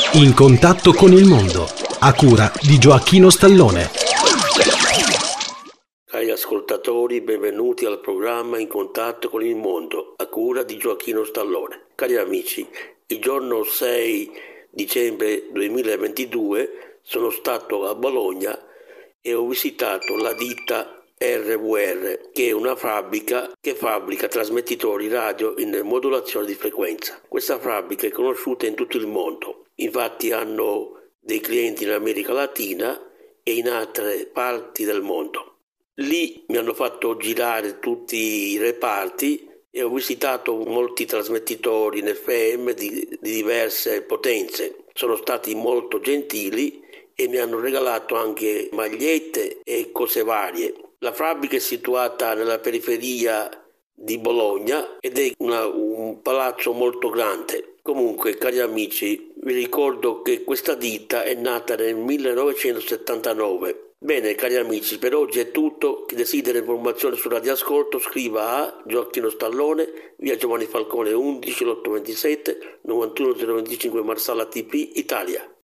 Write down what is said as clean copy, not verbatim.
In contatto con il mondo, a cura di Gioacchino Stallone. Cari ascoltatori, benvenuti al programma In contatto con il mondo, a cura di Gioacchino Stallone. Cari amici, il giorno 6 dicembre 2022 sono stato a Bologna e ho visitato la ditta RVR, che è una fabbrica che fabbrica trasmettitori radio in modulazione di frequenza. Questa fabbrica è conosciuta in tutto il mondo, infatti hanno dei clienti in America Latina e in altre parti del mondo. Lì mi hanno fatto girare tutti i reparti e ho visitato molti trasmettitori in FM di diverse potenze. Sono stati molto gentili e mi hanno regalato anche magliette e cose varie. La fabbrica è situata nella periferia di Bologna ed è un palazzo molto grande. Comunque, cari amici, vi ricordo che questa ditta è nata nel 1979. Bene, cari amici, per oggi è tutto. Chi desidera informazioni su Radioascolto scriva a Gioacchino Stallone, via Giovanni Falcone 11 827 91025 Marsala TP, Italia.